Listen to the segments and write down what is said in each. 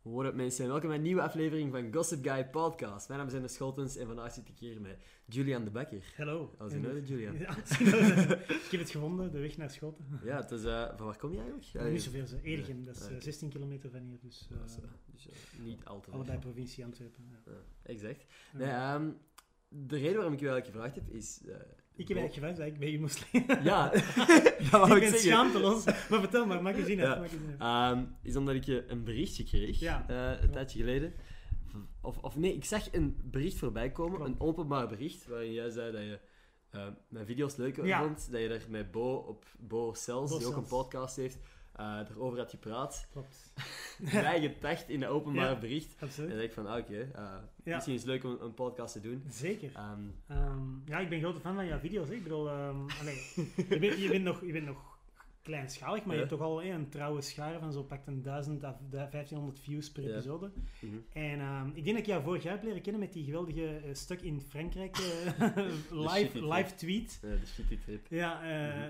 What up mensen en welkom bij een nieuwe aflevering van Gossip Guy Podcast. Mijn naam is Ender Scholtens en vandaag zit ik hier met Julian de Bakker. Hallo. Als in orde, Julian. Ja, ik heb het gevonden, de weg naar Schoten. Ja, het is, van waar kom je eigenlijk? Niet zoveel, Edegem, dat is 16 kilometer van hier, dus niet al te ver. allebei provincie Antwerpen. Ja. Exact. Nee, de reden waarom ik je eigenlijk gevraagd heb is... ik heb eigenlijk gevraagd dat ik bij je moest liggen. Ja, dat wou ik ben zeggen. schaamteloos. Maar vertel maar, maak je zin af. Is omdat ik je een berichtje kreeg, een tijdje geleden. Of nee, ik zag een bericht voorbij komen, een openbaar bericht, waarin jij zei dat je mijn video's leuk vond, dat je daar met Bo Sels, die ook een podcast heeft, erover had gepraat. Klopt. Mij gedacht in een openbaar bericht. Absoluut. En dan dacht ik van, misschien is het leuk om een podcast te doen. Zeker. Ja, ik ben grote fan van jouw video's. Hè. Ik bedoel, je bent nog kleinschalig, maar je hebt toch al een trouwe schare van zo pakt 1000 à 1500 views per episode. Mm-hmm. En ik denk dat ik jou vorig jaar heb leren kennen met die geweldige stuk in Frankrijk live tweet. Ja, de shitty trip. Ja,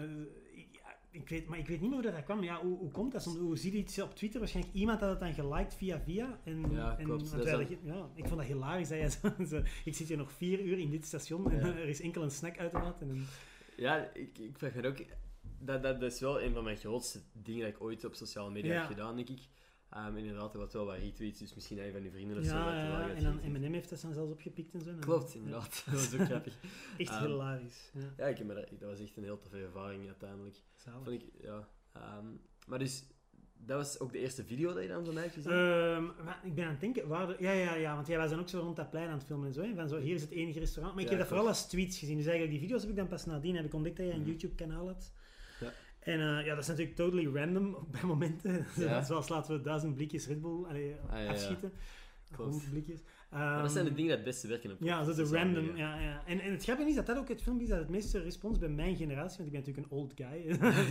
ik weet niet meer hoe dat kwam. Ja, hoe komt dat? Hoe zie je iets op Twitter? Waarschijnlijk iemand had het dan geliked via. Klopt. Ik vond dat hilarisch. Ik zit hier nog 4 uur in dit station en er is enkel een snackautomaat. Ja, ik vraag me ook... Dat is wel een van mijn grootste dingen dat ik ooit op sociale media heb gedaan, denk ik. Inderdaad, er was wel wat retweets, dus misschien een van die vrienden of zo. En dan M&M heeft dat dan zelfs opgepikt en zo. Klopt, inderdaad. Dat was ook grappig. Echt hilarisch. Ja, dat was echt een heel toffe ervaring uiteindelijk. Zalig. Maar dus, dat was ook de eerste video dat je dan van mij hebt gezien? Ik ben aan het denken, want jij was dan ook zo rond dat plein aan het filmen en zo. Van zo hier is het enige restaurant. Maar ik heb dat vooral als tweets gezien. Dus eigenlijk die video's heb ik dan pas nadien heb ik ontdekt dat je een YouTube-kanaal had. Ja. En dat is natuurlijk totally random bij momenten. Ja. Zoals laten we 1000 blikjes Red Bull afschieten. 100 blikjes. Dat zijn de dingen dat het beste werken op. Ja, zo de random. Ja. En het grappige is dat ook het filmpje is dat het meeste respons bij mijn generatie, want ik ben natuurlijk een old guy.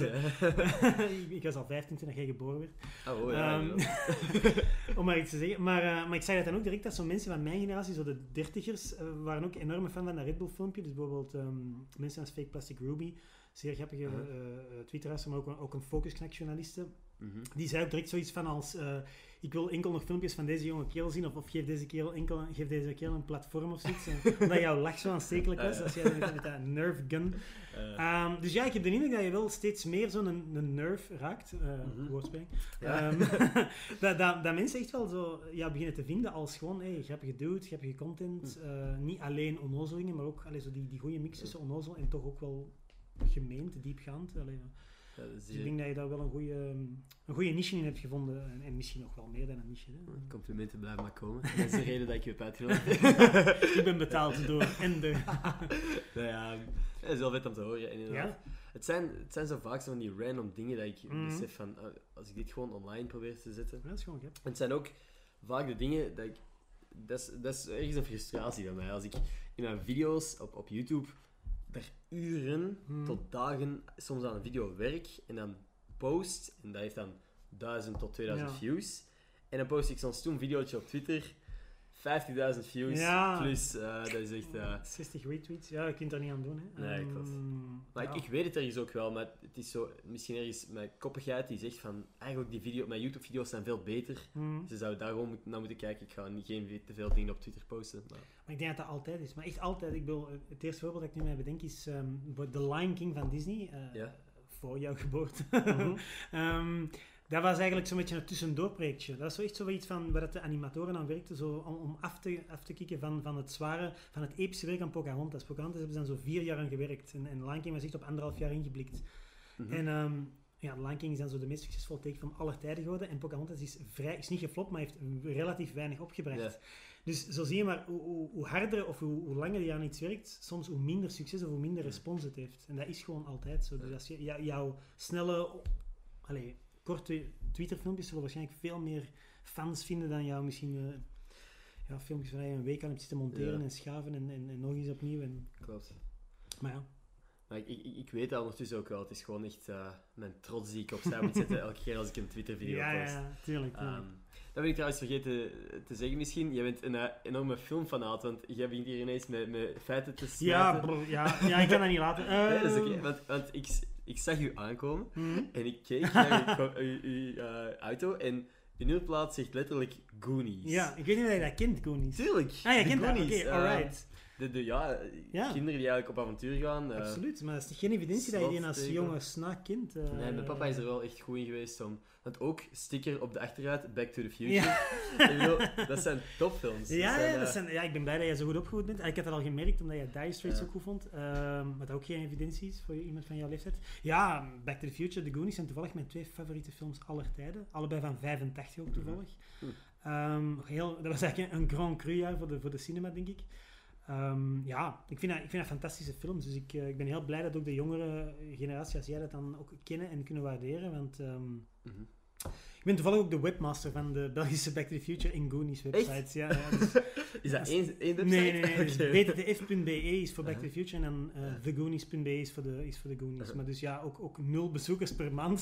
Ik was al 15 toen jij geboren werd. Om maar iets te zeggen. Maar ik zei dat dan ook direct dat zo'n mensen van mijn generatie, zo de 30ers, waren ook enorme fan van dat Red Bull filmpje. Dus bijvoorbeeld mensen als Fake Plastic Ruby, zeer grappige Twitteraars, maar ook een Focus-knack-journaliste. Mm-hmm. Die zei ook direct zoiets van als... ik wil enkel nog filmpjes van deze jonge kerel zien, of geef deze kerel een platform of zoiets. Omdat jouw lach zo aanstekelijk was, als jij met dat Nerf gun. Dus ja, ik heb de indruk dat je wel steeds meer zo'n Nerf raakt. Woordspeling. Dat mensen echt wel zo beginnen te vinden als gewoon grappige dude, grappige content. Niet alleen onnozelingen, maar ook zo die goede mix tussen onnozel en toch ook wel gemeend, diepgaand. Dus ik denk dat je daar wel een goede niche in hebt gevonden. En misschien nog wel meer dan een niche. Hè? Complimenten blijven maar komen. Dat is de reden dat ik je heb uitgenodigd. Ik ben betaald door Ender. Dat is wel vet om te horen. En inderdaad, het zijn zo vaak zo van die random dingen dat ik besef van... als ik dit gewoon online probeer te zetten... Ja, dat is gewoon gek. En het zijn ook vaak de dingen dat ik... Dat is ergens een frustratie van mij. Als ik in mijn video's op YouTube... er uren tot dagen soms aan een video werk en dan post, en dat heeft dan 1000 tot 2000 views. En dan post ik soms toen een videootje op Twitter, 50.000 views, plus dat is echt... 60 retweets, je kunt er niet aan doen. Hè. Nee, klopt. Maar ik weet het ergens ook wel, maar het is zo, misschien ergens mijn koppigheid die zegt van, eigenlijk mijn YouTube-video's zijn veel beter. Ze zouden daar gewoon naar moeten kijken. Ik ga geen te veel dingen op Twitter posten. Maar ik denk dat dat altijd is. Maar echt altijd. Ik bedoel, het eerste voorbeeld dat ik nu mee bedenk is The Lion King van Disney. Voor jouw geboorte. Dat was eigenlijk zo'n beetje een tussendoorprojectje. Dat was zo echt zoiets van waar de animatoren aan werkten, zo om af te kicken van het zware, van het epische werk aan Pocahontas. Pocahontas hebben ze dan zo 4 jaar aan gewerkt. En Lion King was echt op 1,5 jaar ingeblikt. Mm-hmm. En Lion King is dan zo de meest succesvolle teken van aller tijden geworden. En Pocahontas is niet geflopt, maar heeft relatief weinig opgebracht. Yeah. Dus zo zie je maar hoe harder of hoe langer je aan iets werkt, soms hoe minder succes of hoe minder respons het heeft. En dat is gewoon altijd zo. Dus als je jouw snelle... korte Twitter-filmpjes zullen waarschijnlijk veel meer fans vinden dan jou misschien filmpjes waar je een week aan hebt zitten monteren en schaven en nog eens opnieuw. Klopt. Maar ja. Maar ik weet dat ondertussen ook wel. Het is gewoon echt mijn trots die ik opzij moet zetten elke keer als ik een Twitter-video post. Ja, tuurlijk. Dat ben ik trouwens vergeten te zeggen misschien. Jij bent een enorme filmfanaat, want jij begint hier ineens met feiten te smijten. Ja, ik kan dat niet laten. Nee, dat is oké, want ik zag u aankomen en ik keek naar uw auto en in uw plaats zegt letterlijk Goonies. Ja, ik weet niet of je dat kent, Goonies. Tuurlijk. Ah, je kent dat? Goonies. Oké, alright. Ja, kinderen die eigenlijk op avontuur gaan. Absoluut, maar het is geen evidentie dat je die als tegen. jonge snaak kent. Nee, mijn papa is er wel echt goed in geweest om... Want ook sticker op de achteruit, Back to the Future. Ja. Ik bedoel, dat zijn topfilms. Ja, ik ben blij dat jij zo goed opgevoed bent. Ik had dat al gemerkt, omdat jij Dire Straits zo goed vond. Wat ook geen evidentie is voor iemand van jouw leeftijd. Ja, Back to the Future, The Goonies zijn toevallig mijn 2 favoriete films aller tijden. Allebei van 85 ook toevallig. Dat was eigenlijk een grand cru jaar voor de cinema, denk ik. Ik vind dat fantastische films. Dus ik ben heel blij dat ook de jongere generatie als jij dat dan ook kennen en kunnen waarderen. Want ik ben toevallig ook de webmaster van de Belgische Back to the Future in Goonies websites. Ja, dus, is dat één website? Nee. Okay. Dus bttf.be is voor Back to the Future en dan thegoonies.be is voor de Goonies. Maar dus ja, ook 0 bezoekers per maand.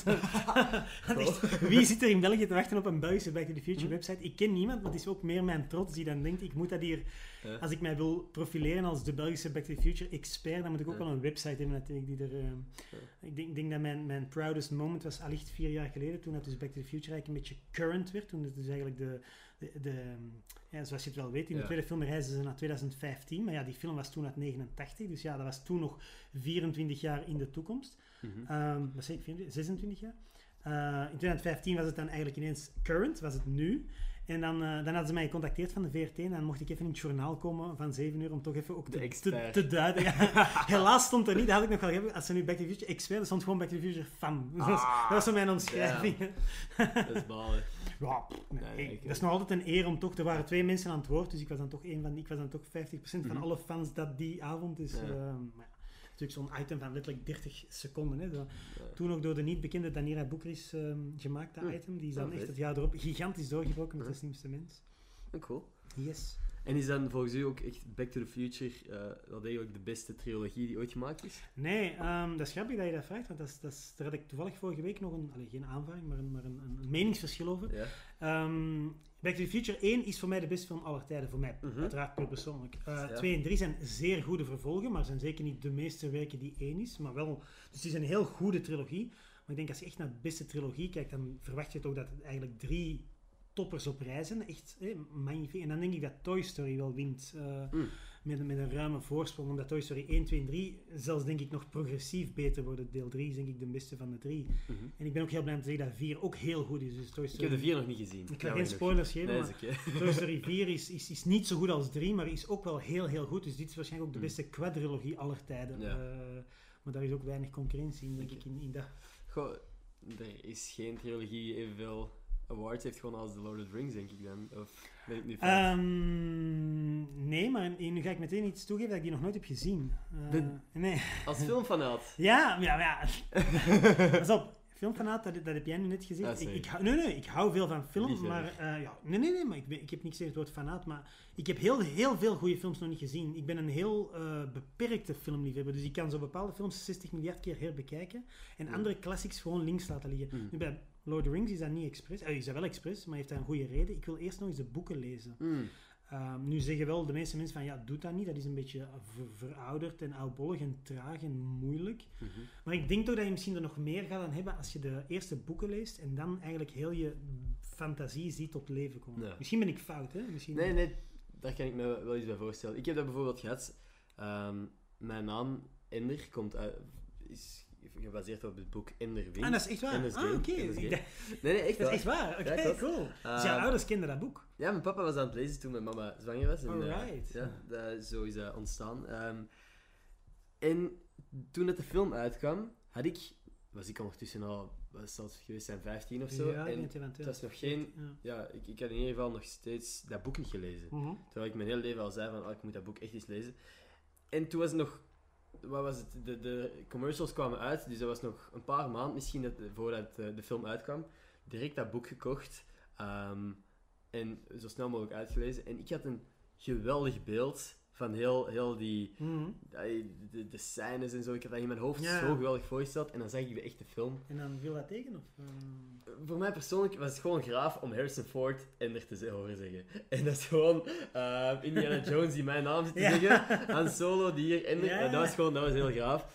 Wie zit er in België te wachten op een Belgische Back to the Future website? Ik ken niemand, maar het is ook meer mijn trots die dan denkt, ik moet dat hier... Als ik mij wil profileren als de Belgische Back to the Future expert, dan moet ik ook wel een website hebben natuurlijk die er... Ik denk dat mijn proudest moment was allicht 4 jaar geleden, toen dat dus Back to the Future eigenlijk een beetje current werd. Toen het dus eigenlijk zoals je het wel weet, in de tweede film reizen ze naar 2015, maar ja, die film was toen uit 89, dus ja, dat was toen nog 24 jaar in de toekomst. Wat zeg ik, 26 jaar? In 2015 was het dan eigenlijk ineens current, was het nu. En dan hadden ze mij gecontacteerd van de VRT en dan mocht ik even in het journaal komen van 7 uur om toch even ook te duiden. Ja. Helaas stond er niet, dat had ik nog wel hebben. Als ze nu Back to the Future expert, er stond gewoon Back to the Future fan. Dat was zo mijn omschrijving. Dat is balen. Ja, dat is nog altijd een eer om toch... Er waren 2 mensen aan het woord, dus ik was dan toch 50% van alle fans dat die avond is. Natuurlijk zo'n item van letterlijk 30 seconden. Hè. Toen ook door de niet bekende Danira Boekris gemaakt, dat item. Die is dan echt het jaar erop gigantisch doorgebroken met de slimste mens. Cool. Yes. En is dan volgens u ook echt Back to the Future wel eigenlijk de beste trilogie die ooit gemaakt is? Nee, dat is grappig dat je dat vraagt, want daar had ik toevallig vorige week nog geen aanvaring, maar een meningsverschil over. Ja. Back to the Future 1 is voor mij de beste film aller tijden, voor mij, uiteraard puur persoonlijk. 2 en 3 zijn zeer goede vervolgen, maar zijn zeker niet de meesterwerken die 1 is, maar wel... Dus het is een heel goede trilogie, maar ik denk als je echt naar de beste trilogie kijkt, dan verwacht je toch dat het eigenlijk 3 toppers op reizen, echt magnifiek. En dan denk ik dat Toy Story wel wint, met een ruime voorsprong, omdat Toy Story 1, 2 en 3 zelfs denk ik nog progressief beter worden. Deel 3 is denk ik de beste van de 3. En ik ben ook heel blij om te zeggen dat 4 ook heel goed is. Dus Toy Story... Ik heb de 4 nog niet gezien. Ik ga geen spoilers geven, maar Toy Story 4 is niet zo goed als 3, maar is ook wel heel, heel goed. Dus dit is waarschijnlijk ook de beste quadrilogie aller tijden. Ja. Maar daar is ook weinig concurrentie in, denk ik, in dat. Goh, er is geen trilogie die evenveel awards heeft gewoon als The Lord of the Rings, denk ik dan. Of ben ik nu fout? Nee, maar nu ga ik meteen iets toegeven dat ik die nog nooit heb gezien. Nee. Als filmfanaat? Ja. Pas op. Filmfanaat, dat heb jij nu net gezegd. Ik hou veel van film, maar... maar ik heb niks tegen het woord fanaat, maar ik heb heel veel goede films nog niet gezien. Ik ben een heel beperkte filmliefhebber, dus ik kan zo bepaalde films 60 miljard keer herbekijken en andere classics gewoon links laten liggen. Nu bij Lord of the Rings is dat niet expres. Is dat wel expres, maar heeft dat een goede reden. Ik wil eerst nog eens de boeken lezen. Nu zeggen wel de meeste mensen van, ja, doe dat niet. Dat is een beetje verouderd en oudbollig en traag en moeilijk. Maar ik denk toch dat je misschien er nog meer gaat aan hebben als je de eerste boeken leest en dan eigenlijk heel je fantasie ziet tot leven komen. Ja. Misschien ben ik fout, hè? Nee, daar kan ik me wel iets bij voorstellen. Ik heb dat bijvoorbeeld gehad. Mijn naam, Ender, is gebaseerd op het boek Ender Wings. Dat is echt waar? Oké. Nee, echt waar. Dat is echt waar? Oké, cool. Dus jouw ouders kenden dat boek? Ja, mijn papa was aan het lezen toen mijn mama zwanger was. Alright. Zo is dat ontstaan. En toen het de film uitkwam, was ik ondertussen al, wat zal het geweest zijn, 15 of zo. Ja, en het was nog geen... Ja, ik had in ieder geval nog steeds dat boek niet gelezen. Terwijl ik mijn hele leven al zei van, ik moet dat boek echt eens lezen. En toen was het nog... Wat was het? De commercials kwamen uit, dus dat was nog een paar maanden misschien voordat de film uitkwam. Direct dat boek gekocht en zo snel mogelijk uitgelezen. En ik had een geweldig beeld van heel die... De scènes en zo. Ik had dat in mijn hoofd zo geweldig voorgesteld. En dan zag ik de echte film. En dan viel dat tegen? Of, Voor mij persoonlijk was het gewoon graaf om Harrison Ford Ender te horen zeggen. En dat is gewoon Indiana Jones die mijn naam zit te zeggen. Han Solo die hier Ender. Dat was heel graaf.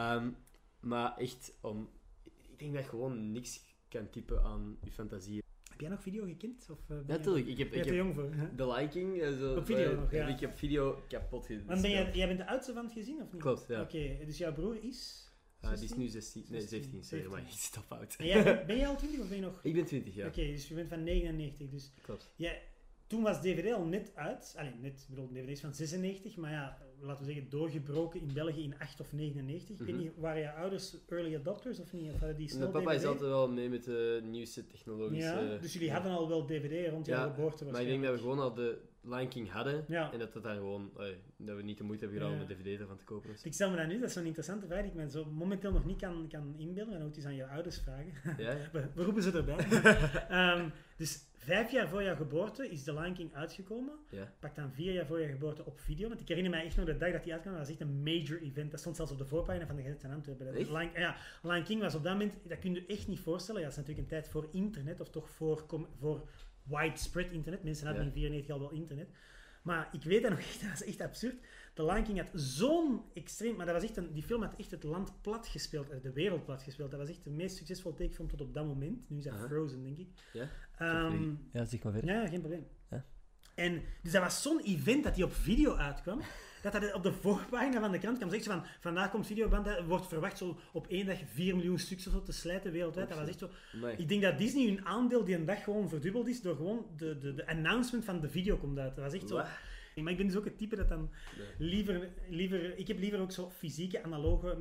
Maar echt ik denk dat je gewoon niks kan typen aan je fantasie. Heb jij nog video gekend? Of, Ja, natuurlijk. Ik heb te jong voor. Hè? The Lion King. Op video nog, ja. Ik heb video kapot gezien. Want jij bent de oudste van het gezin, of niet? Klopt, ja. Oké, dus jouw broer is... die is nu 16. Nee, 17. Sorry, maar ik zit al fout. Ben jij al 20 of ben je nog... Ik ben 20, ja. Oké, dus je bent van 99. Dus Klopt. Toen was DVD al net uit. Ik bedoel, DVD is van 96, maar ja, laten we zeggen, doorgebroken in België in 8 of 99. Ik weet niet, waren jouw ouders early adopters of niet? Of hadden die snel Mijn papa DVD? is altijd wel mee met de nieuwste technologische... Ja, dus jullie hadden al wel DVD rond jouw geboorte. Maar ik denk dat we gewoon al de Lion King hadden. Ja. En dat daar gewoon... dat we niet de moeite hebben gedaan om de DVD ervan te kopen. Ik stel me dat nu, dat is zo'n interessante vraag die ik me zo momenteel nog niet kan inbeelden. Maar dan moet je eens aan je ouders vragen. Ja. We roepen ze erbij. Dus 5 jaar voor jouw geboorte is The Lion King uitgekomen. Ja. Pak dan 4 jaar voor je geboorte op video. Want ik herinner mij echt nog de dag dat die uitkwam. Dat was echt een major event. Dat stond zelfs op de voorpagina van de Gazette van Antwerpen. Lion King was op dat moment... Dat kun je echt niet voorstellen. Ja, dat is natuurlijk een tijd voor internet. Of toch voor widespread internet. Mensen hadden in 1994 al wel internet. Maar ik weet dat nog echt. Dat was echt absurd. The Lion King had zo'n extreem... Maar dat was echt die film had echt het land plat gespeeld. De wereld plat gespeeld. Dat was echt de meest succesvolle tekenfilm tot op dat moment. Nu is dat Frozen, denk ik. Ja? Ja, zeg maar verder. Ja, geen probleem. Ja. En dus dat was zo'n event dat die op video uitkwam, dat op de voorpagina van de krant kwam. Zegt ze van, vandaag komt videoband, wordt verwacht zo op één dag 4 miljoen stuks of zo te slijten wereldwijd. Dat was echt zo... Nee. Ik denk dat Disney hun aandeel die een dag gewoon verdubbeld is door gewoon de announcement van de video komt uit. Dat was echt zo... Maar ik ben dus ook het type dat dan liever... Ik heb liever ook zo fysieke, analoge...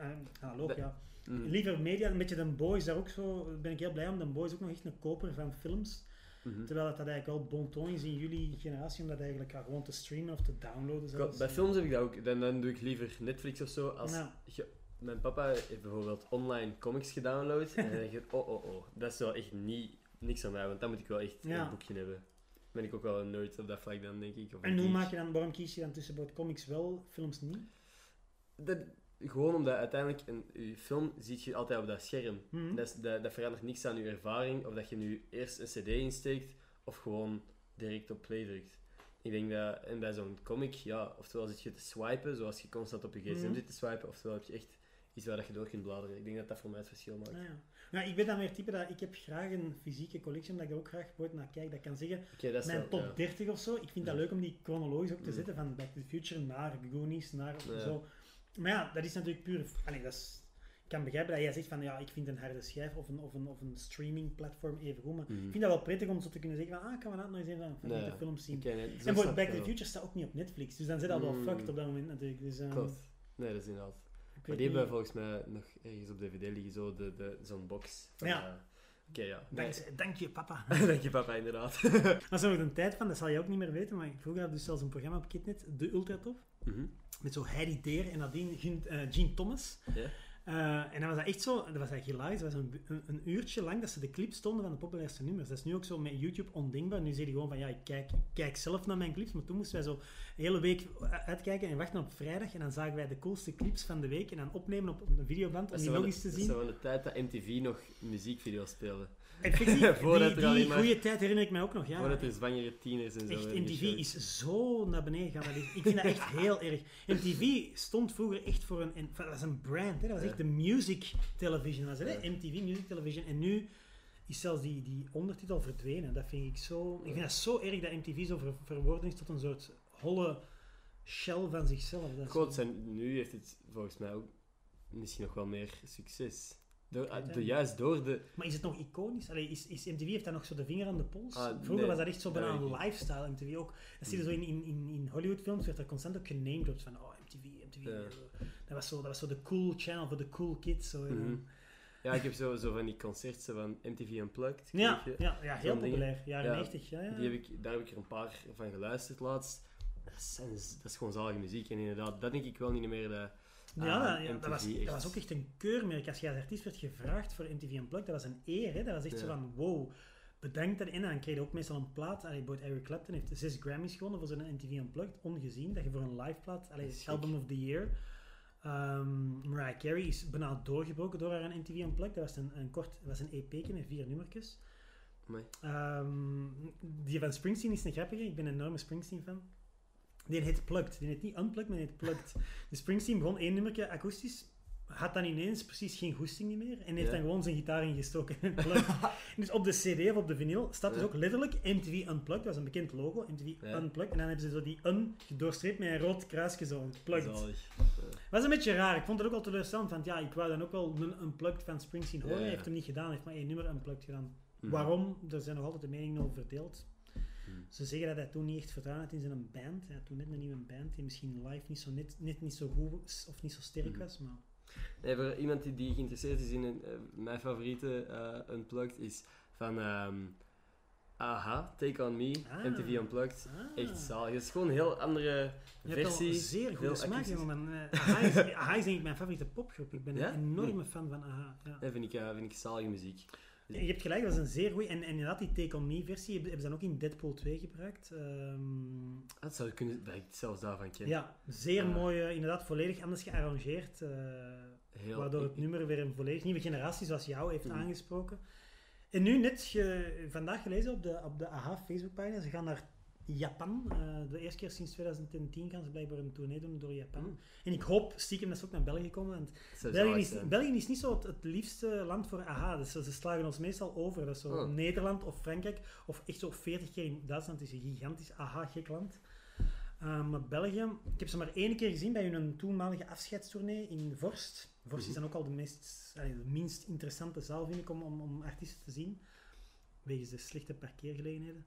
ja. Liever media, een beetje The Boys, daar ook zo... Ben ik heel blij om. The Boys ook nog echt een koper van films. Terwijl dat eigenlijk wel bon ton is in jullie generatie om dat eigenlijk gewoon te streamen of te downloaden. Zelfs. Bij films heb ik dat ook. Dan doe ik liever Netflix of zo. Mijn papa heeft bijvoorbeeld online comics gedownload. En dan denk je, dat is wel echt niks aan mij, want dan moet ik wel echt een boekje hebben. Ben ik ook wel een nerd op dat vlak dan, denk ik. En waarom kies je dan tussen bijvoorbeeld comics wel, films niet? Gewoon omdat uiteindelijk je film ziet je altijd op dat scherm. Dat verandert niks aan je ervaring, of dat je nu eerst een cd insteekt, of gewoon direct op play drukt. Ik denk dat, en bij zo'n comic, oftewel zit je te swipen, zoals je constant op je gsm zit te swipen, oftewel heb je echt iets waar je door kunt bladeren. Ik denk dat dat voor mij het verschil maakt. Nou, ik ben dan meer type dat ik heb graag een fysieke collectie, omdat ik er ook graag naar kijk. Dat kan zeggen, mijn top 30 of zo. Ik vind dat leuk om die chronologisch ook te zetten, van Back to the Future naar Goonies, naar zo. Maar ja, dat is natuurlijk puur... Ik kan begrijpen dat jij zegt van, ik vind een harde schijf of een streaming platform even goed, maar ik vind dat wel prettig om zo te kunnen zeggen van, kan we dat nog eens even van de films zien. En bijvoorbeeld Back to the Future staat ook niet op Netflix, dus dan zit dat wel fucked op dat moment natuurlijk. Dus, klopt. Nee, dat is inderdaad. Maar die hebben volgens mij nog ergens op DVD liggen, zo zo'n box. Dank je, papa. Dank je, papa, inderdaad. Dat is nog een tijd van, dat zal je ook niet meer weten, maar vroeger had dus zelfs een programma op Kidnet, de Ultratop. Met zo Heidi Deer en nadien Gene Thomas. En dan was dat echt zo, dat was eigenlijk hilarisch. Dat was een uurtje lang dat ze de clips stonden van de populairste nummers. Dat is nu ook zo met YouTube ondenkbaar. Nu zeg je gewoon van, ik kijk zelf naar mijn clips, maar toen moesten wij zo een hele week uitkijken en wachten op vrijdag. En dan zagen wij de coolste clips van de week en dan opnemen op een videoband om die nog eens te zien. Dat was van de tijd dat MTV nog muziekvideo's speelde. Effectief, die goede tijd herinner ik mij ook nog. Ja. Voordat er zwangere tieners en zo. Echt, MTV is zo naar beneden gegaan. Ik vind dat echt heel erg. MTV stond vroeger echt voor dat was een brand. Hè? Dat was echt de music television. Was het, hè? MTV Music Television. En nu is zelfs die ondertitel verdwenen. Dat vind ik zo... Ik vind dat zo erg dat MTV zo verworden is tot een soort holle shell van zichzelf. Nu heeft het volgens mij ook misschien nog wel meer succes. Juist door de... Maar is het nog iconisch? Is MTV heeft daar nog zo de vinger aan de pols? Vroeger was dat echt zo bijna een lifestyle, MTV ook. Dat zie je zo in Hollywood-films, werd er constant ook genamedropt van MTV. Ja. Dat was zo de cool channel voor de cool kids. Zo, Ja, ik heb zo van die concerten van MTV Unplugged. Ja, heel populair. Jaren 90. Ja. Daar heb ik er een paar van geluisterd laatst. Dat is gewoon zalige muziek. En inderdaad, dat denk ik wel niet meer... dat was ook echt een keurmerk. Als je als artiest werd gevraagd voor MTV Unplugged, dat was een eer. Hè? Dat was echt zo van, wow, bedankt. En dan kreeg je ook meestal een plaat. Bijvoorbeeld Eric Clapton heeft 6 Grammys gewonnen voor zijn MTV Unplugged. Ongezien, dat je voor een live plaat... Album of the Year. Mariah Carey is bijna doorgebroken door haar MTV Unplugged. Dat was een EP'tje met 4 nummertjes. Die van Springsteen is een grappige. Ik ben een enorme Springsteen-fan. Die heet Plugged. Die heet niet Unplugged, maar die heet Plugged. Dus Springsteen begon 1 nummertje akoestisch. had dan ineens precies geen goesting meer en heeft dan gewoon zijn gitaar ingestoken. Dus op de CD of op de vinyl staat dus ook letterlijk MTV Unplugged, dat is een bekend logo, MTV Unplugged, en dan hebben ze zo die doorstreept met een rood kruisje zo, Unplugged. Was een beetje raar, ik vond het ook al teleurstellend, want ik wou dan ook wel een Unplugged van Springsteen horen, hij heeft hem niet gedaan, hij heeft maar 1 nummer Unplugged gedaan. Waarom? Daar zijn nog altijd de meningen over verdeeld. Ze zeggen dat hij toen niet echt vertrouwen had in zijn band. Hij had toen net een nieuwe band die misschien live net niet zo goed of niet zo sterk was. Maar... Nee, voor iemand die geïnteresseerd is in mijn favoriete Unplugged is van AHA, Take On Me, MTV Unplugged. Echt zalig. Het is gewoon een heel andere versie. Je hebt al zeer goede smaak, jongen. AHA is denk ik mijn favoriete popgroep. Ik ben een enorme fan van AHA. Ja. Dat vind ik zalige muziek. Je hebt gelijk, dat is een zeer goeie. En inderdaad, die Take On Me versie hebben ze dan ook in Deadpool 2 gebruikt. Dat zou kunnen, dat ik zelfs daarvan ken. Ja, zeer mooi, inderdaad volledig anders gearrangeerd. Waardoor het nummer weer een volledig nieuwe generatie zoals jou heeft aangesproken. En nu net vandaag gelezen op de AHA Facebookpagina, ze gaan naar Japan. De eerste keer sinds 2010 gaan ze blijkbaar een tournee doen door Japan. En ik hoop stiekem dat ze ook naar België komen. Want België is niet zo het liefste land voor AHA. Dus ze slagen ons meestal over. Dat is zo Nederland of Frankrijk. Of echt zo 40 keer in Duitsland. Het is een gigantisch AHA-gek land. Maar België, ik heb ze maar 1 keer gezien bij hun toenmalige afscheidstournee in Vorst. Vorst is dan ook al de minst interessante zaal, vind ik, om artiesten te zien. Wegens de slechte parkeergelegenheden.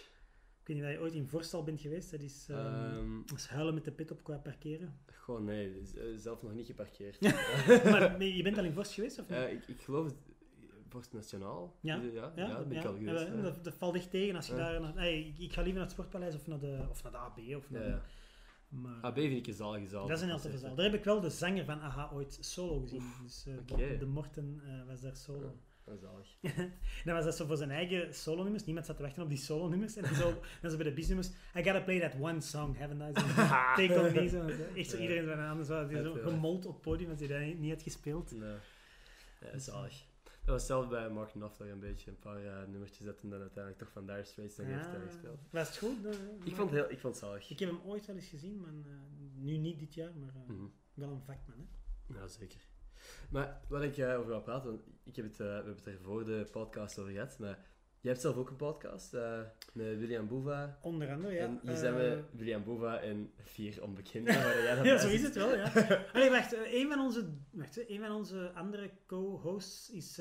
Ik weet niet of je ooit in Vorst al bent geweest. Dat is huilen met de pit op qua parkeren. Gewoon nee, zelf nog niet geparkeerd. Maar je bent al in Vorst geweest? Of niet? Ik geloof het. Vorst Nationaal? Ja, dat ben ik al geweest. Dat valt echt tegen als je daar... ik ga liever naar het Sportpaleis of naar de AB. Of naar maar, AB vind ik een zalige zaal. Dat is een heel toffe zaal. Daar heb ik wel de zanger van AHA ooit solo gezien. Dus de Morten was daar solo. Zalig. Dan was dat zo voor zijn eigen solo-nummers. Niemand zat te wachten op die solo-nummers. En dan zo bij de bis-nummers. I gotta play that one song, haven't I? Take On Me. Zo. Echt zo iedereen van anders was zo gemold op het podium als hij dat niet had gespeeld. Nee. Ja, zalig. Dat was zelf bij Martin After een beetje een paar nummertjes zetten en dan uiteindelijk toch van Dire Straits nog heeft gespeeld. Was het goed? Ik vond het zalig. Ik heb hem ooit wel eens gezien, maar nu niet dit jaar, maar wel een vakman. Hè? Ja, zeker. Maar wat ik over wil praten, want we hebben het er voor de podcast over gehad, maar jij hebt zelf ook een podcast met William Boeva. Onder andere, ja. En hier zijn we William Boeva en 4 onbekenden. Ja, zo is het wel, ja. Allee, wacht, een van onze andere co-hosts is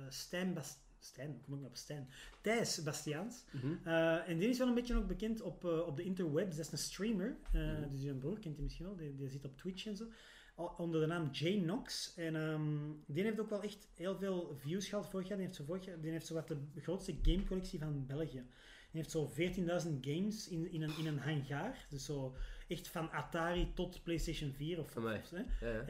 Thijs Bastiaans. En die is wel een beetje ook bekend op de interwebs. Dat is een streamer. Dus je broer kent hij misschien wel. Die zit op Twitch en zo. Onder de naam Jay Knox. En die heeft ook wel echt heel veel views gehad vorig jaar. Die heeft zo wat de grootste gamecollectie van België. Die heeft zo 14.000 games in een hangaar. Dus zo echt van Atari tot PlayStation 4 of ja.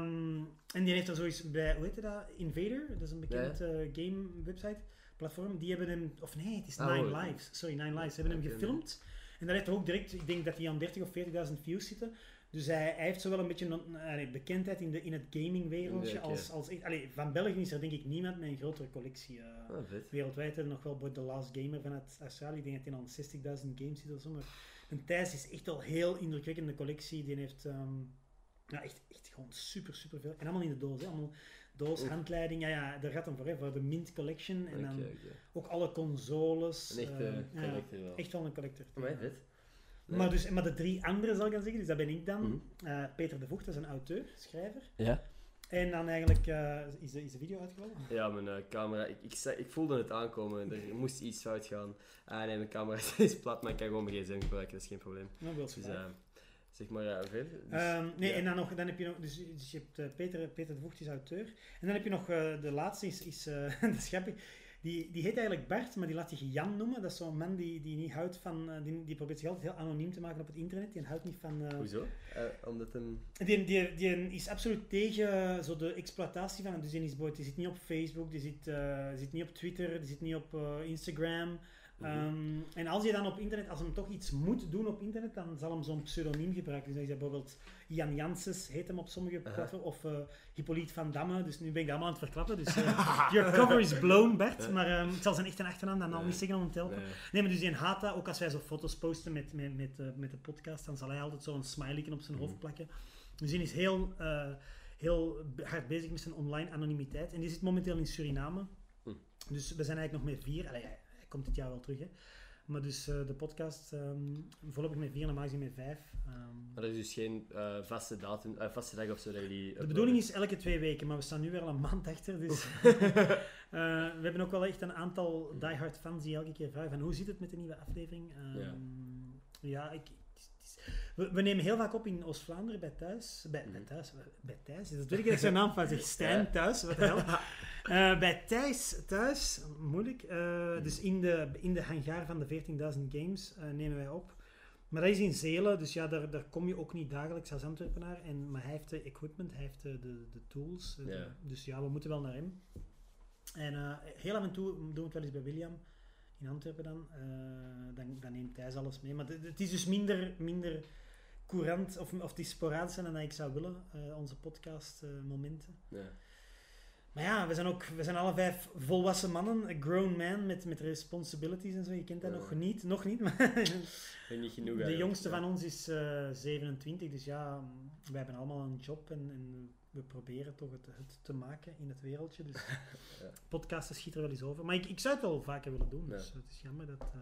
En die heeft er zoiets bij, hoe heet dat? Invader, dat is een bekend game website, platform. Die hebben hem, of nee, het is Nine Lives. Sorry, Nine Lives. Ze hebben hem gefilmd. En dat heeft er ook direct, ik denk dat hij aan 30 of 40.000 views zitten. Dus hij heeft zo wel een beetje een bekendheid in het gamingwereldje. Van België is er denk ik niemand met een grotere collectie. Wereldwijd hebben we nog wel The Last Gamer vanuit Australië. Ik denk dat hij aan 60.000 games zit of zo. Maar Thijs is echt al heel indrukwekkende collectie. Die heeft echt gewoon super veel. En allemaal in de doos. Hè. Allemaal doos, handleiding. Ja, daar gaat hem voor de Mint Collection. En dan ook alle consoles. Een echte collector wel. Echt wel een collector. Vet. Nee. Maar de 3 anderen zal ik dan zeggen, dus dat ben ik dan. Peter de Vocht, dat is een auteur, schrijver. Ja. En dan eigenlijk is de video uitgevallen. Ja, mijn camera, ik voelde het aankomen, er moest iets fout gaan. Nee, mijn camera is plat, maar ik kan gewoon mijn gsm gebruiken, dat is geen probleem. Nou, wel dus, zeg maar verder. Dus, en dan heb je nog, dus je hebt Peter de Vocht is auteur. En dan heb je nog, de laatste is dat is grappig. Die heet eigenlijk Bart, maar die laat zich Jan noemen. Dat is zo'n man die niet houdt van... Die probeert zich altijd heel anoniem te maken op het internet. Die houdt niet van... Hoezo? Omdat hem... Die is absoluut tegen zo de exploitatie van hem. Dus die zit niet op Facebook, die zit niet op Twitter, die zit niet op Instagram. En als je dan op internet, als hem toch iets moet doen op internet, dan zal hem zo'n pseudoniem gebruiken. Dus dan is dat bijvoorbeeld Jan Janssens, heet hem op sommige platforms, of Hippolyte van Damme. Dus nu ben ik dat allemaal aan het verklappen. Dus your cover is blown, Bert. Maar ik zal zijn echte achternaam dan al niet zeggen om hem te helpen. Nee, maar dus die haat dat. Ook als wij zo foto's posten met de podcast, dan zal hij altijd zo'n smiley op zijn hoofd plakken. Dus die is heel heel hard bezig met zijn online anonimiteit. En die zit momenteel in Suriname. Dus we zijn eigenlijk nog met 4. Allee, hij komt dit jaar wel terug, hè. Maar dus de podcast voorlopig met 4, normaal gezien met 5. Maar er is dus geen vaste dag of zo dat jullie... De bedoeling is elke 2 weken, maar we staan nu wel een maand achter. Dus we hebben ook wel echt een aantal diehard fans die elke keer vragen van hoe zit het met de nieuwe aflevering? We nemen heel vaak op in Oost-Vlaanderen bij Thuis. Bij Thijs? Dat weet ik dat ik zijn naam van zeg. Stijn Thuis, wat de hel. Bij Thuis, moeilijk. Dus in de hangar van de 14.000 Games nemen wij op. Maar dat is in Zelen, dus ja, daar kom je ook niet dagelijks als Antwerpenaar. Maar hij heeft de equipment, hij heeft de tools. Dus ja, we moeten wel naar hem. En heel af en toe doen we het wel eens bij William. In Antwerpen dan neemt Thijs alles mee. Maar het is dus minder courant, of het is sporadisch dan ik zou willen, onze podcast momenten. Ja. Maar ja, we zijn alle 5 volwassen mannen, a grown man met responsibilities en zo. Je kent dat nog niet, maar niet genoeg, de jongste van ons is 27, dus ja, wij hebben allemaal een job en we proberen toch het te maken in het wereldje. Dus podcasten schiet er wel eens over. Maar ik zou het wel vaker willen doen, dus het is jammer dat...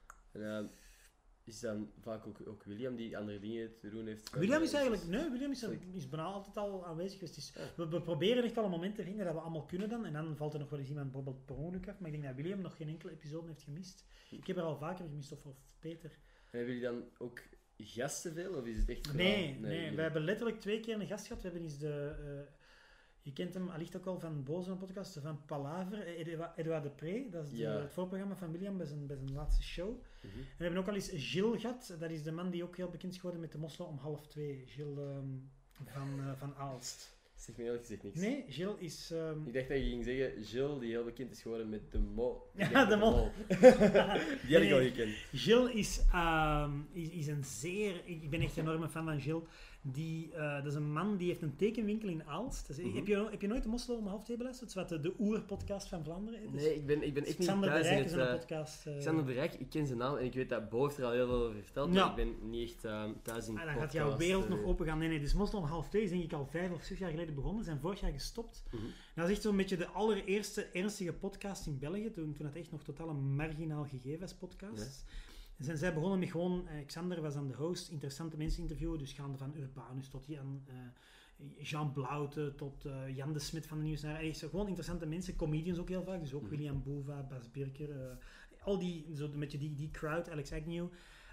Is dan vaak ook William die andere dingen te doen heeft? William is eigenlijk... Nee, William is bijna altijd al aanwezig geweest. Dus we proberen echt wel een moment te vinden dat we allemaal kunnen dan. En dan valt er nog wel eens iemand bijvoorbeeld per ongeluk af. Maar ik denk dat William nog geen enkele episode heeft gemist. Ik heb er al vaker gemist, of Peter. En hebben jullie dan ook gasten veel? Of is het echt... Nee. We hebben letterlijk 2 keer een gast gehad. We hebben eens je kent hem allicht ook al van Boze podcast, van Palaver, Edouard Depré, dat is het voorprogramma van William bij zijn laatste show. En we hebben ook al eens Gilles gehad, dat is de man die ook heel bekend is geworden met de Moslo om 1:30, Gilles van Aalst. Zeg me eerlijk gezegd niks. Nee, Gilles is... Ik dacht dat je ging zeggen Gilles, die heel bekend is geworden met de Mol. Ja, de Mol. Die had ik al gekend. Gilles is een zeer... Ik ben echt een enorme fan van Gilles. Dat is een man die heeft een tekenwinkel in Aalst. Dus, heb je nooit de Moslo om 1:30 beluisterd? Dat is wat de oer-podcast van Vlaanderen. Dus nee, ik ben echt niet Xander thuis de Rijk in is een podcast. Xander de Rijk, ik ken zijn naam en ik weet dat Bo heeft er al heel veel over verteld, maar ik ben niet echt thuis in de dan podcast. gaat jouw wereld nog open gaan. Nee, dus Moslo om 1:30 is denk ik al 5 of 6 jaar geleden begonnen. Ze zijn vorig jaar gestopt. Dat is echt zo'n beetje de allereerste ernstige podcast in België. Toen het echt nog totaal een marginaal gegeven was, podcast. En zijn zij begonnen met gewoon, Xander was dan de host, interessante mensen interviewen, dus gaande van Urbanus tot Jean Blaute tot Jan de Smit van de Nieuwsnaar. Gewoon interessante mensen, comedians ook heel vaak, dus ook William Boeva, Bas Birker, al een beetje die crowd, Alex Agnew.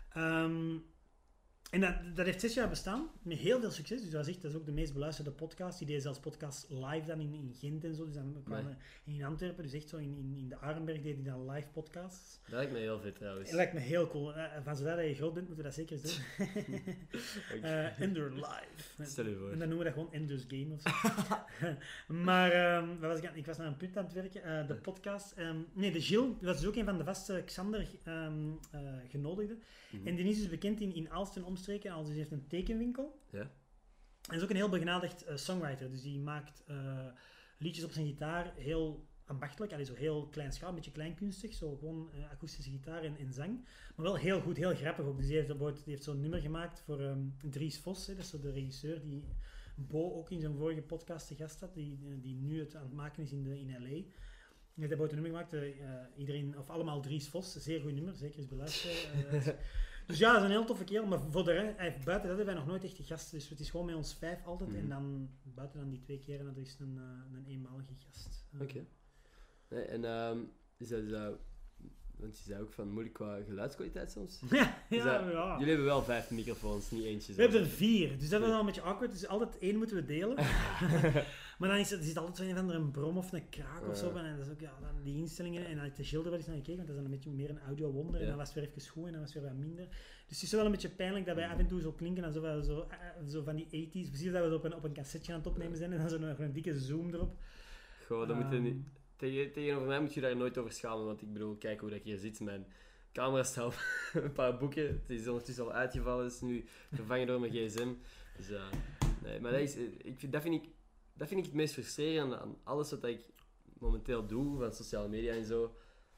En dat heeft 6 jaar bestaan, met heel veel succes. Dus dat is ook de meest beluisterde podcast. Die deed zelfs podcast live dan in Gent en zo. Dus dan kwamen in Antwerpen, dus echt zo in de Arenberg deed hij dan live podcasts. Dat lijkt me heel vet trouwens. Dat lijkt me heel cool. Van zodra dat je groot bent, moeten we dat zeker eens doen. Ender Live. Stel je voor. En dan noemen we dat gewoon Ender's Game of zo. Maar ik was naar een punt aan het werken. De podcast. De Gilles, dat was dus ook een van de vaste Xander genodigden. En die is dus bekend in Aalst en omstreken. Aalst heeft een tekenwinkel. Ja. En is ook een heel begenadigd songwriter. Dus die maakt liedjes op zijn gitaar heel ambachtelijk. Zo heel kleinschalig, een beetje kleinkunstig. Zo gewoon akoestische gitaar en zang. Maar wel heel goed, heel grappig ook. Dus die heeft zo'n nummer gemaakt voor Dries Vos. Dat is zo de regisseur die Bo ook in zijn vorige podcast te gast had. Die nu het aan het maken is in L.A. Hij heeft een nummer gemaakt. Iedereen, of allemaal Dries Vos. Zeer goed nummer, zeker eens beluisteren. Dus ja, dat is een heel toffe kerel. Maar buiten dat hebben wij nog nooit echt gasten. Dus het is gewoon met ons 5 altijd. En dan buiten dan die 2 keer, dat is een eenmalige gast. Oké. Nee, en is dat... Want je zei ook van moeilijk qua geluidskwaliteit soms. Ja. Jullie hebben wel 5 microfoons, niet eentje. We hebben er 4, dus dat is wel een beetje awkward. Dus altijd 1 moeten we delen. Maar dan zit altijd zo een van een brom of een kraak of zo. En dat is ook dan die instellingen. En dan heb ik de Gilles er wel eens naar gekeken, want dat is dan een beetje meer een audio wonder. En dan was het weer even goed en dan was het weer wat minder. Dus het is wel een beetje pijnlijk dat wij af en toe zo klinken als zo van die 80's. Precies dat we op een cassetje aan het opnemen zijn en dan zo nog een dikke zoom erop. Goh, dan moet je niet... Tegenover mij moet je daar nooit over schamen, want ik bedoel, kijk hoe dat ik hier zit. Mijn camera staat op een paar boeken. Het is ondertussen al uitgevallen, het is nu vervangen door mijn gsm. Dus nee, maar dat vind ik het meest frustrerende aan alles wat ik momenteel doe, van sociale media en zo.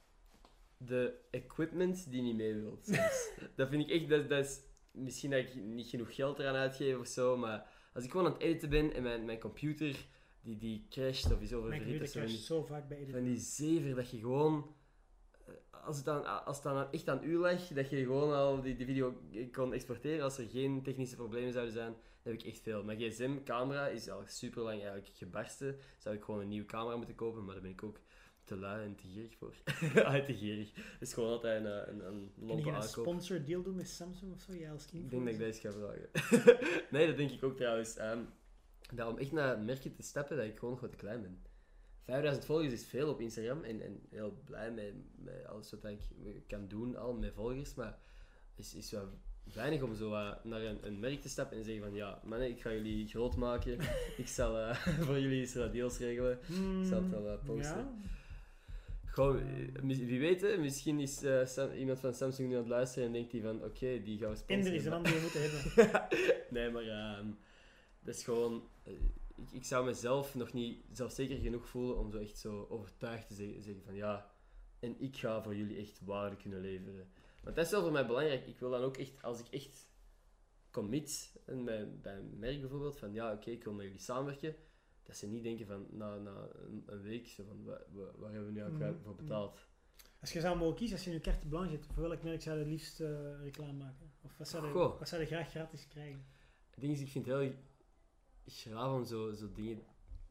De equipment die niet mee wilt. Dat vind ik echt, dat is misschien dat ik niet genoeg geld eraan uitgeef of zo, maar Als ik gewoon aan het editen ben en mijn computer die crasht of is oververhit. Mijn computer crasht zo vaak bij editen. Van die zever dat je gewoon... Als het dan echt aan u ligt, dat je gewoon al die video kon exporteren, als er geen technische problemen zouden zijn, dan heb ik echt veel. Mijn gsm-camera is al super lang eigenlijk gebarsten. Zou ik gewoon een nieuwe camera moeten kopen, maar daar ben ik ook te lui en te gierig voor. Te gierig. Dat is gewoon altijd een lompe aankoop. Kun je een sponsor deal doen met Samsung of zo? Ja, als ik denk dat ik dat eens ga vragen. Nee, dat denk ik ook trouwens. Om echt naar merken te stappen, dat ik gewoon te klein ben. 5000 volgers is veel op Instagram en heel blij met alles wat ik kan doen al met volgers, maar is wel weinig om zo naar een merk te stappen en zeggen van ja, mannen, ik ga jullie groot maken, ik zal voor jullie eens deals regelen, ik zal het wel posten. Ja. Gewoon, wie weet, misschien is iemand van Samsung nu aan het luisteren en denkt hij van oké, die gaan we sponsoren. Ender is de man die we moeten hebben. Nee, maar dat is gewoon... Ik zou mezelf nog niet zelfzeker genoeg voelen om zo echt zo overtuigd te zeggen van ja, en ik ga voor jullie echt waarde kunnen leveren. Want dat is wel voor mij belangrijk. Ik wil dan ook echt, als ik echt commit bij een merk bijvoorbeeld, van ja, oké, ik wil met jullie samenwerken, dat ze niet denken van na een week, zo van waar hebben we nu eigenlijk voor betaald. Als je zou mogen kiezen, als je nu carte blanche hebt, voor welk merk zou je het liefst reclame maken? Of wat zou je graag gratis krijgen? Het ding is, ik vind het heel graag om zo dingen...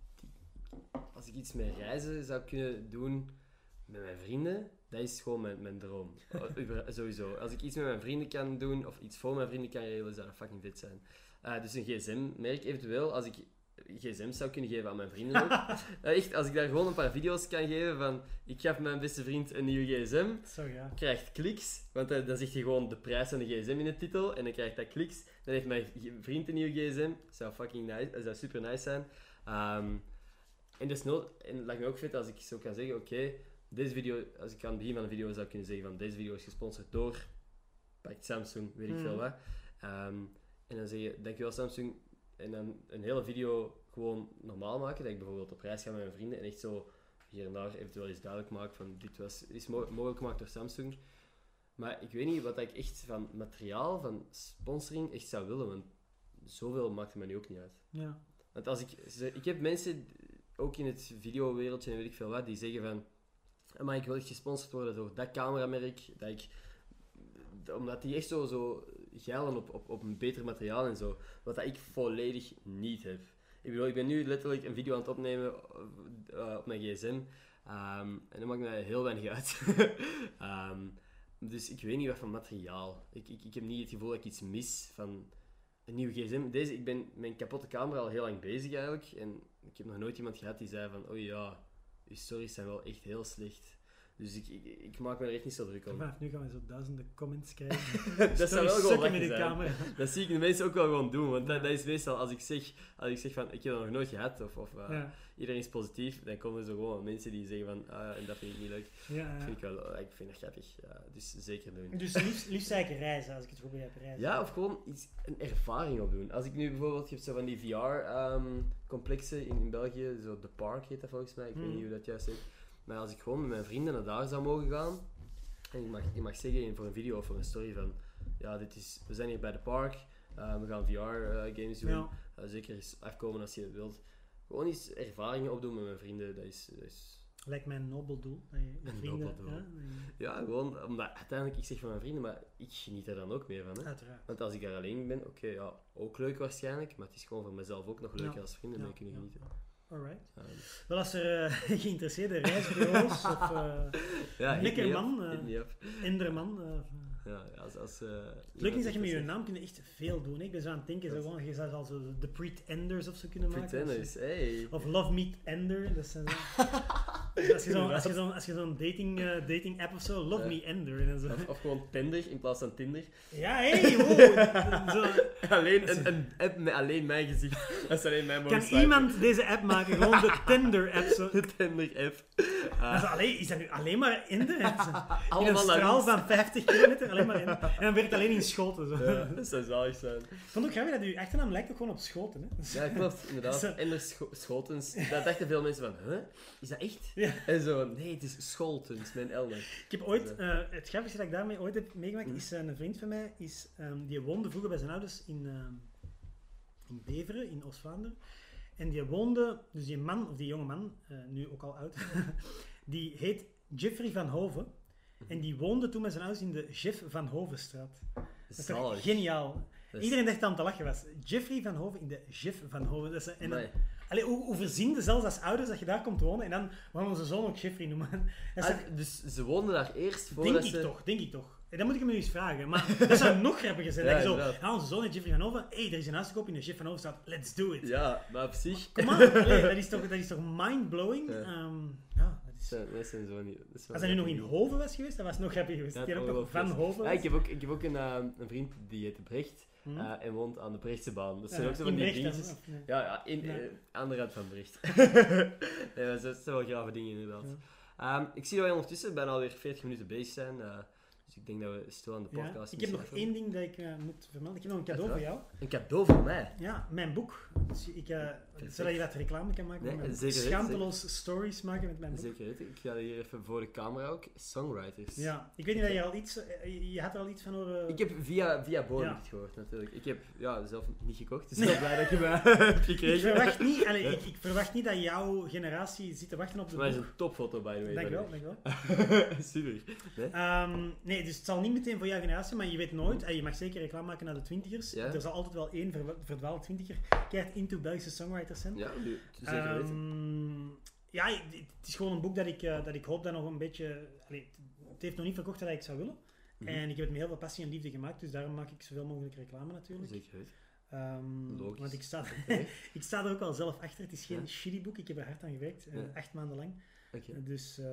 Als ik iets met reizen zou kunnen doen met mijn vrienden, dat is gewoon mijn droom. Sowieso. Als ik iets met mijn vrienden kan doen, of iets voor mijn vrienden kan regelen, zou dat fucking vet zijn. Dus een gsm-merk eventueel, als ik gsm's zou kunnen geven aan mijn vrienden ook. Echt, als ik daar gewoon een paar video's kan geven van, ik gaf mijn beste vriend een nieuwe gsm, krijgt kliks, want dan zegt hij gewoon de prijs van de gsm in de titel, en dan krijgt hij kliks, dan heeft mijn vriend een nieuwe gsm, zou fucking nice, dat zou super nice zijn. En dat lijkt me ook vet als ik zo kan zeggen, oké, deze video, als ik aan het begin van de video zou kunnen zeggen van, deze video is gesponsord door, pak Samsung, weet ik veel wat. En dan zeg je, dankjewel Samsung, en dan een hele video gewoon normaal maken, dat ik bijvoorbeeld op reis ga met mijn vrienden en echt zo hier en daar eventueel eens duidelijk maak van dit is mogelijk gemaakt door Samsung. Maar ik weet niet wat ik echt van materiaal, van sponsoring echt zou willen, want zoveel maakt het me nu ook niet uit. Ja. Want als ik heb mensen, ook in het videowereldje en weet ik veel wat, die zeggen van, maar ik wil echt gesponsord worden door dat cameramerk, omdat die echt zo geilen op een beter materiaal en zo. Wat dat ik volledig niet heb. Ik bedoel, ik ben nu letterlijk een video aan het opnemen op mijn gsm. En dat maakt mij heel weinig uit. Dus ik weet niet wat voor materiaal. Ik heb niet het gevoel dat ik iets mis van een nieuwe gsm. Ik ben met een kapotte camera al heel lang bezig eigenlijk. En ik heb nog nooit iemand gehad die zei van, oh ja, uw stories zijn wel echt heel slecht. Dus ik maak me er echt niet zo druk om. Vanaf nu gaan we zo duizenden comments krijgen. Dat zou wel gewoon met de camera. Dat zie ik de mensen ook wel gewoon doen. Want dat is meestal, als ik zeg van, ik heb dat nog nooit gehad, of iedereen is positief, dan komen er zo gewoon mensen die zeggen van, en dat vind ik niet leuk. Ja. Ik vind dat grappig. Ja, dus zeker doen. Dus liefst eigenlijk reizen, als ik het goed begrijp. Reizen. Ja, of gewoon een ervaring opdoen. Als ik nu bijvoorbeeld, je hebt zo van die VR-complexen in België, zo The Park heet dat volgens mij, ik weet niet hoe dat juist heet. Maar als ik gewoon met mijn vrienden naar daar zou mogen gaan, en ik mag zeggen voor een video of voor een story van, ja, we zijn hier bij de park, we gaan VR-games doen, ja. Zeker eens afkomen als je het wilt. Gewoon eens ervaringen opdoen met mijn vrienden, dat is... Lijkt mij een nobel doel. Een nobel doel. Ja, gewoon, omdat uiteindelijk ik zeg van mijn vrienden, maar ik geniet er dan ook meer van. Hè? Uiteraard. Want als ik daar alleen ben, oké, ook leuk waarschijnlijk, maar het is gewoon voor mezelf ook nog leuker als vrienden mee kunnen genieten. Alright. Wel, als er geïnteresseerde reisbureaus of Nikkerman, Enderman... het leuke is dat je met je naam kunt echt veel doen. Hè? Ik ben zo aan het denken, je zou zo de Pretenders of zo kunnen maken. Pretenders, hey. Of Love Meet Ender. Dat zijn als je zo'n dating app of zo, Love Me Ender. En zo. Of gewoon Tinder in plaats van Tinder. Ja, hey, wow. Alleen een app met alleen mijn gezicht. Dat is alleen mijn mogelijk. Kan iemand deze app maken? Gewoon de Tinder-app. Zo. De Tinder-app. Is dat nu alleen maar Ender? In een straal van 50 kilometer, alleen maar Ender. En dan werkt het alleen in Schoten. Zo. Ja, dat zou zalig zijn. Ik vond ook grappig dat uw achternaam lijkt ook gewoon op Schoten. Hè? Ja, klopt, inderdaad. Ender Schotens. Dat dachten veel mensen van, huh? Is dat echt? Ja. En zo, nee, het is Scholtens, mijn Elder. Ik heb ooit, het grappigste dat ik daarmee ooit heb meegemaakt, is een vriend van mij, die woonde vroeger bij zijn ouders in in Beveren, in Oost-Vlaanderen. En die woonde, dus die man, of die jonge man, nu ook al oud, die heet Jeffrey van Hoven. En die woonde toen met zijn ouders in de Jeff van Hovenstraat. Dat is toch geniaal. Iedereen dacht dat hem te lachen was. Jeffrey van Hoven in de Jeff van Hoven. Dat is, hoe verziende zelfs als ouders dat je daar komt wonen en dan gaan we onze zoon ook Jeffrey noemen. Dus ze woonden daar eerst voor denk ik toch. Dat moet ik hem nu eens vragen. Maar dat zou nog grappiger zijn. Dat je zo, onze zoon is Jeffrey van Hoven. Er is een huis te koop in de Jeff van Hoven staat. Let's do it. Ja, maar op zich... Kom maar. Dat is toch mind-blowing? Dat zijn zo niet... Als hij nu nog in Hoven was geweest, dat was nog grappiger geweest. Ja, die ook nog van Hoven was. Ik heb ook een vriend die heet Brecht. En woont aan de Brechtsebaan. Dat zijn ook zo van die dingetjes. Aan de rand van Brecht. Dat zijn wel grave dingen, inderdaad. Ja. Ik zie dat wij ondertussen bijna alweer 40 minuten bezig zijn. Dus ik denk dat we stil aan de podcast Ik heb nog één ding dat ik moet vermelden. Ik heb nog een cadeau voor jou. Een cadeau voor mij? Ja, mijn boek. Dus zodat je wat reclame kan maken. Schaamteloos stories maken met mijn boek. Zeker weten. Ik ga hier even voor de camera ook. Songwriters. Ja, ik weet niet dat je al iets... Je had er al iets van horen... Ik heb via Bodem het gehoord, natuurlijk. Ik heb zelf niet gekocht, dus ik ben blij dat je mij hebt gekregen. Ik verwacht niet dat jouw generatie zit te wachten op de boek. Maar het is een topfoto, by the way. Dankjewel. Super. Nee, dus het zal niet meteen voor jouw generatie, maar je weet nooit. Je mag zeker reclame maken naar de twintigers. Ja? Er zal altijd wel één verdwaalde twintiger keihard into Belgische songwriters zijn. Ja, zeker weten. Het is gewoon een boek dat ik hoop dat nog een beetje... het heeft nog niet verkocht dat ik zou willen. En ik heb het met heel veel passie en liefde gemaakt, dus daarom maak ik zoveel mogelijk reclame natuurlijk. Zeker weten. Logisch. Want ik sta er ook wel zelf achter. Het is geen shitty boek, ik heb er hard aan gewerkt. 8 maanden lang. Okay. Dus...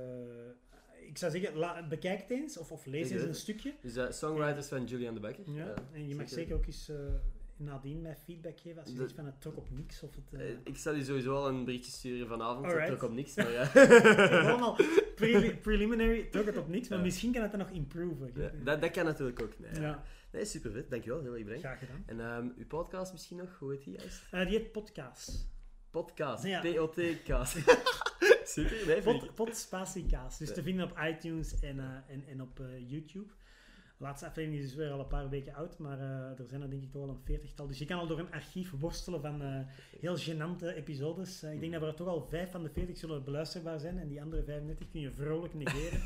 ik zou zeggen, bekijk het eens of lees eens een stukje. Dus Songwriters van Julian de Bakker. Ja, en je mag zeker ook eens nadien mij feedback geven als je iets van het trok op niks of het... Ik zal je sowieso al een berichtje sturen vanavond, het trok op niks. Maar gewoon al preliminary, trok het op niks, maar misschien kan het dan nog improven. Dat kan natuurlijk ook. Nee, super vet. Dankjewel, heel erg bedankt. Graag gedaan. En uw podcast misschien nog, hoe heet die juist? Die heet Podcast. Podcast, ja. P-O-T-Kaas. Super, nee, Podspatiekaas. Dus te vinden op iTunes en op YouTube. De laatste aflevering is dus weer al een paar weken oud, maar er zijn er denk ik toch al een 40-tal. Dus je kan al door een archief worstelen van heel gênante episodes. Ik denk dat er toch al 5 van de 40 zullen beluisterbaar zijn en die andere 35 kun je vrolijk negeren.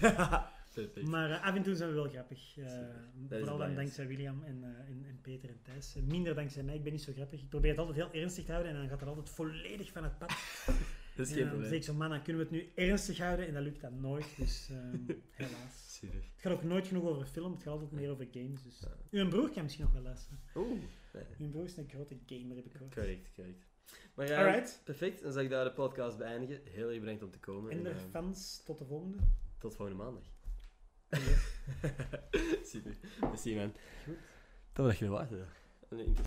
Maar af en toe zijn we wel grappig. Vooral dan dankzij William en Peter en Thijs. Minder dankzij mij, ik ben niet zo grappig. Ik probeer het altijd heel ernstig te houden en dan gaat het altijd volledig van het pad. Dat is geen probleem. Dan zeg ik zo, man, dan kunnen we het nu ernstig houden en dan lukt dat nooit. Dus helaas. Super. Het gaat ook nooit genoeg over film, het gaat altijd meer over games. Dus. Uw broer kan misschien nog wel luisteren. Nee. Uw broer is een grote gamer, heb ik gehoord. Correct. Maar perfect, dan zal ik daar de podcast beëindigen. Heel erg bedankt om te komen. En de fans, tot de volgende. Tot volgende maandag. Super. Merci man. Goed. Toch dat je er wacht.